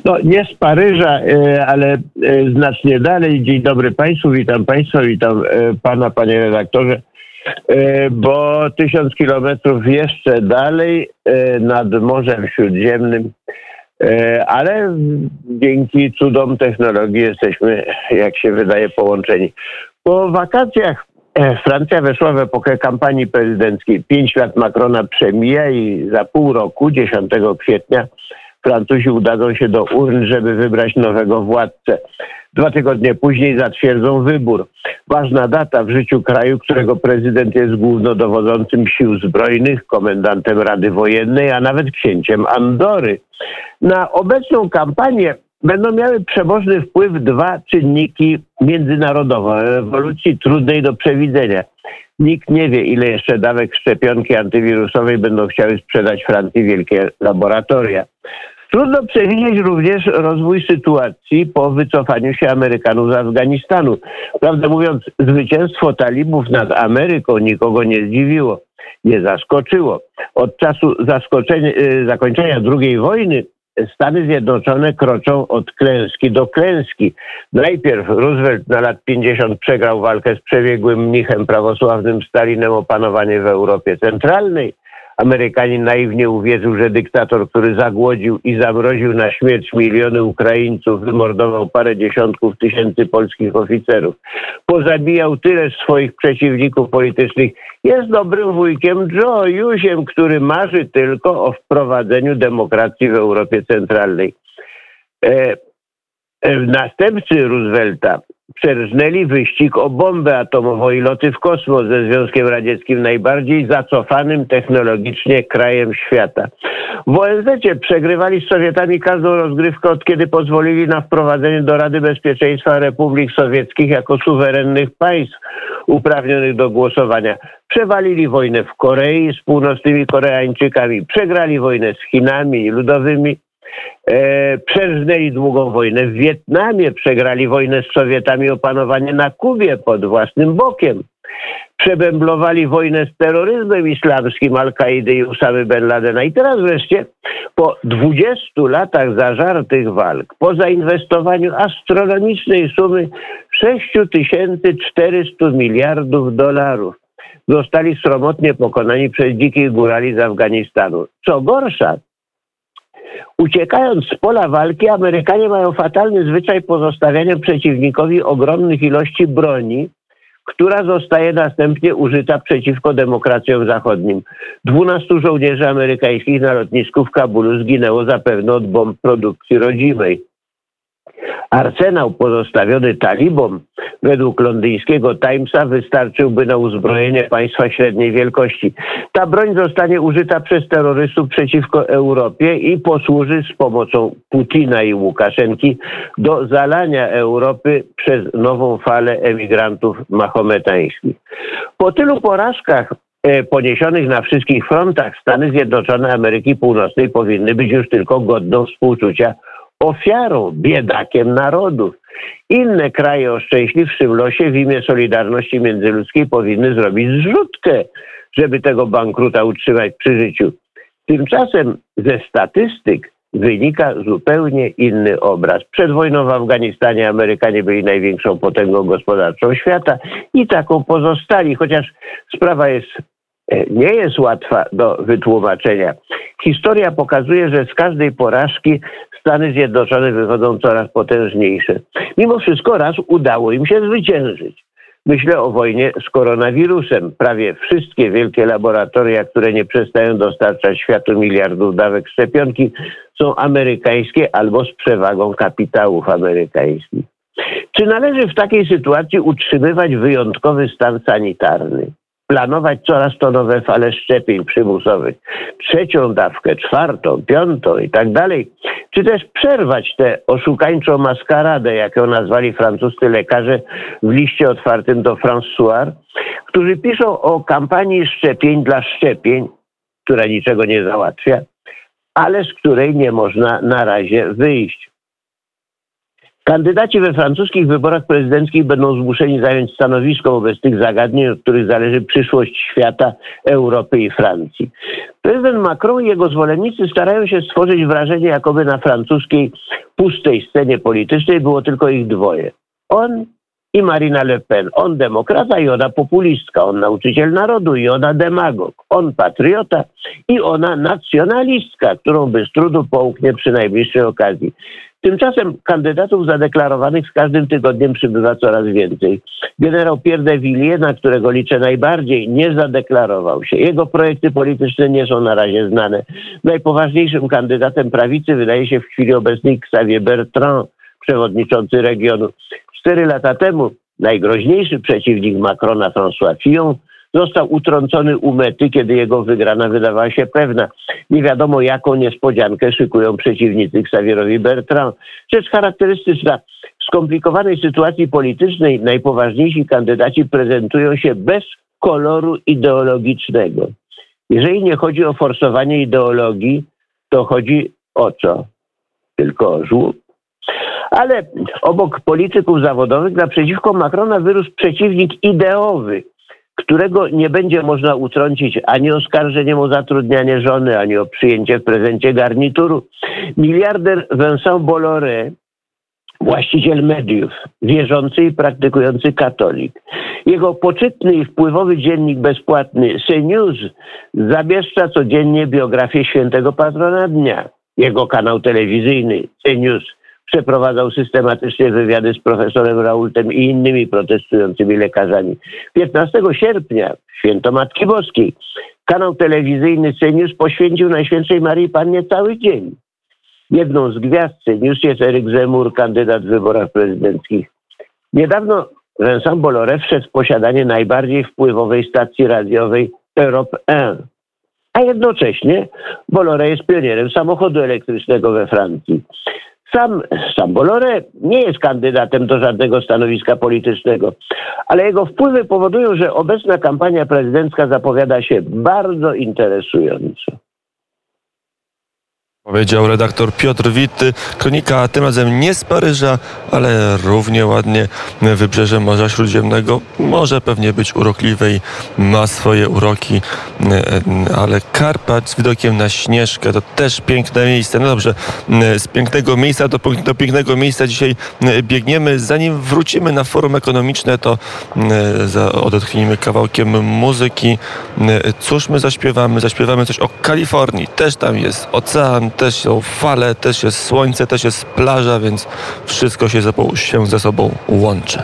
No, nie z Paryża, ale znacznie dalej. Dzień dobry Państwu, witam Państwa, witam Pana, Panie redaktorze. Bo 1000 kilometrów jeszcze dalej nad Morzem Śródziemnym, ale dzięki cudom technologii jesteśmy, jak się wydaje, połączeni. Po wakacjach Francja weszła w epokę kampanii prezydenckiej. 5 lat Macrona przemija i za pół roku, 10 kwietnia, Francuzi udadzą się do urn, żeby wybrać nowego władcę. 2 tygodnie później zatwierdzą wybór. Ważna data w życiu kraju, którego prezydent jest głównodowodzącym sił zbrojnych, komendantem Rady Wojennej, a nawet księciem Andory. Na obecną kampanię będą miały przemożny wpływ 2 czynniki międzynarodowe, ewolucji trudnej do przewidzenia. Nikt nie wie, ile jeszcze dawek szczepionki antywirusowej będą chciały sprzedać Francji wielkie laboratoria. Trudno przewidzieć również rozwój sytuacji po wycofaniu się Amerykanów z Afganistanu. Prawdę mówiąc, zwycięstwo talibów nad Ameryką nikogo nie zdziwiło, nie zaskoczyło. Od czasu zakończenia II wojny Stany Zjednoczone kroczą od klęski do klęski. Najpierw Roosevelt na lat 50 przegrał walkę z przebiegłym mnichem prawosławnym Stalinem o panowanie w Europie Centralnej. Amerykanin naiwnie uwierzył, że dyktator, który zagłodził i zamroził na śmierć miliony Ukraińców, wymordował parę dziesiątków tysięcy polskich oficerów, pozabijał tyle swoich przeciwników politycznych, jest dobrym wujkiem Joe'usiem, który marzy tylko o wprowadzeniu demokracji w Europie Centralnej. Następcy Roosevelta przerżnęli wyścig o bombę atomową i loty w kosmos ze Związkiem Radzieckim, najbardziej zacofanym technologicznie krajem świata. W ONZ-cie przegrywali z Sowietami każdą rozgrywkę, od kiedy pozwolili na wprowadzenie do Rady Bezpieczeństwa Republik Sowieckich jako suwerennych państw uprawnionych do głosowania. Przewalili wojnę w Korei z północnymi Koreańczykami, przegrali wojnę z Chinami ludowymi, przerżnęli długą wojnę w Wietnamie, przegrali wojnę z Sowietami o panowanie na Kubie pod własnym bokiem. Przebęblowali wojnę z terroryzmem islamskim Al-Kaidy i Usamy Ben Ladena. I teraz wreszcie, po 20 latach zażartych walk, po zainwestowaniu astronomicznej sumy 6400 miliardów dolarów, zostali sromotnie pokonani przez dzikich górali z Afganistanu. Co gorsza, uciekając z pola walki, Amerykanie mają fatalny zwyczaj pozostawiania przeciwnikowi ogromnych ilości broni, która zostaje następnie użyta przeciwko demokracjom zachodnim. 12 żołnierzy amerykańskich na lotnisku w Kabulu zginęło zapewne od bomb produkcji rodzimej. Arsenał pozostawiony talibom według londyńskiego Timesa wystarczyłby na uzbrojenie państwa średniej wielkości. Ta broń zostanie użyta przez terrorystów przeciwko Europie i posłuży z pomocą Putina i Łukaszenki do zalania Europy przez nową falę emigrantów mahometańskich. Po tylu porażkach poniesionych na wszystkich frontach Stany Zjednoczone Ameryki Północnej powinny być już tylko godną współczucia ofiarą, biedakiem narodów. Inne kraje o szczęśliwszym losie w imię solidarności międzyludzkiej powinny zrobić zrzutkę, żeby tego bankruta utrzymać przy życiu. Tymczasem ze statystyk wynika zupełnie inny obraz. Przed wojną w Afganistanie Amerykanie byli największą potęgą gospodarczą świata i taką pozostali, chociaż sprawa nie jest łatwa do wytłumaczenia. Historia pokazuje, że z każdej porażki Stany Zjednoczone wychodzą coraz potężniejsze. Mimo wszystko raz udało im się zwyciężyć. Myślę o wojnie z koronawirusem. Prawie wszystkie wielkie laboratoria, które nie przestają dostarczać światu miliardów dawek szczepionki, są amerykańskie albo z przewagą kapitałów amerykańskich. Czy należy w takiej sytuacji utrzymywać wyjątkowy stan sanitarny? Planować coraz to nowe fale szczepień przymusowych, 3. dawkę, 4., 5. i tak dalej, czy też przerwać tę oszukańczą maskaradę, jak ją nazwali francuscy lekarze w liście otwartym do France Soir, którzy piszą o kampanii szczepień dla szczepień, która niczego nie załatwia, ale z której nie można na razie wyjść. Kandydaci we francuskich wyborach prezydenckich będą zmuszeni zająć stanowisko wobec tych zagadnień, od których zależy przyszłość świata, Europy i Francji. Prezydent Macron i jego zwolennicy starają się stworzyć wrażenie, jakoby na francuskiej pustej scenie politycznej było tylko ich dwoje. On i Marine Le Pen. On demokrata i ona populistka. On nauczyciel narodu i ona demagog. On patriota i ona nacjonalistka, którą bez trudu połknie przy najbliższej okazji. Tymczasem kandydatów zadeklarowanych z każdym tygodniem przybywa coraz więcej. Generał Pierre de Villiers, na którego liczę najbardziej, nie zadeklarował się. Jego projekty polityczne nie są na razie znane. Najpoważniejszym kandydatem prawicy wydaje się w chwili obecnej Xavier Bertrand, przewodniczący regionu. 4 lata temu najgroźniejszy przeciwnik Macrona, François Fillon, został utrącony u mety, kiedy jego wygrana wydawała się pewna. Nie wiadomo, jaką niespodziankę szykują przeciwnicy Xavierowi Bertrand. Rzecz charakterystyczna. W skomplikowanej sytuacji politycznej najpoważniejsi kandydaci prezentują się bez koloru ideologicznego. Jeżeli nie chodzi o forsowanie ideologii, to chodzi o co? Tylko o żłób. Ale obok polityków zawodowych naprzeciwko Macrona wyrósł przeciwnik ideowy, którego nie będzie można utrącić ani oskarżeniem o zatrudnianie żony, ani o przyjęcie w prezencie garnituru. Miliarder Vincent Bolloré, właściciel mediów, wierzący i praktykujący katolik. Jego poczytny i wpływowy dziennik bezpłatny CNews zamieszcza codziennie biografię świętego patrona dnia. Jego kanał telewizyjny CNews przeprowadzał systematycznie wywiady z profesorem Raoultem i innymi protestującymi lekarzami. 15 sierpnia, święto Matki Boskiej, kanał telewizyjny CNews poświęcił Najświętszej Maryi Pannie cały dzień. Jedną z gwiazd CNews jest Éric Zemmour, kandydat w wyborach prezydenckich. Niedawno Vincent Bolloré wszedł w posiadanie najbardziej wpływowej stacji radiowej Europe 1. A jednocześnie Bolloré jest pionierem samochodu elektrycznego we Francji. Sam Bolloré nie jest kandydatem do żadnego stanowiska politycznego, ale jego wpływy powodują, że obecna kampania prezydencka zapowiada się bardzo interesująco. Powiedział redaktor Piotr Witty. Kronika tym razem nie z Paryża, ale równie ładnie wybrzeże Morza Śródziemnego. Może pewnie być urokliwe i ma swoje uroki, ale Karpat z widokiem na Śnieżkę to też piękne miejsce. No dobrze, z pięknego miejsca do pięknego miejsca dzisiaj biegniemy. Zanim wrócimy na forum ekonomiczne, to odetchnijmy kawałkiem muzyki. Cóż my zaśpiewamy? Zaśpiewamy coś o Kalifornii. Też tam jest ocean, też są fale, też jest słońce, też jest plaża, więc wszystko się ze sobą łączy.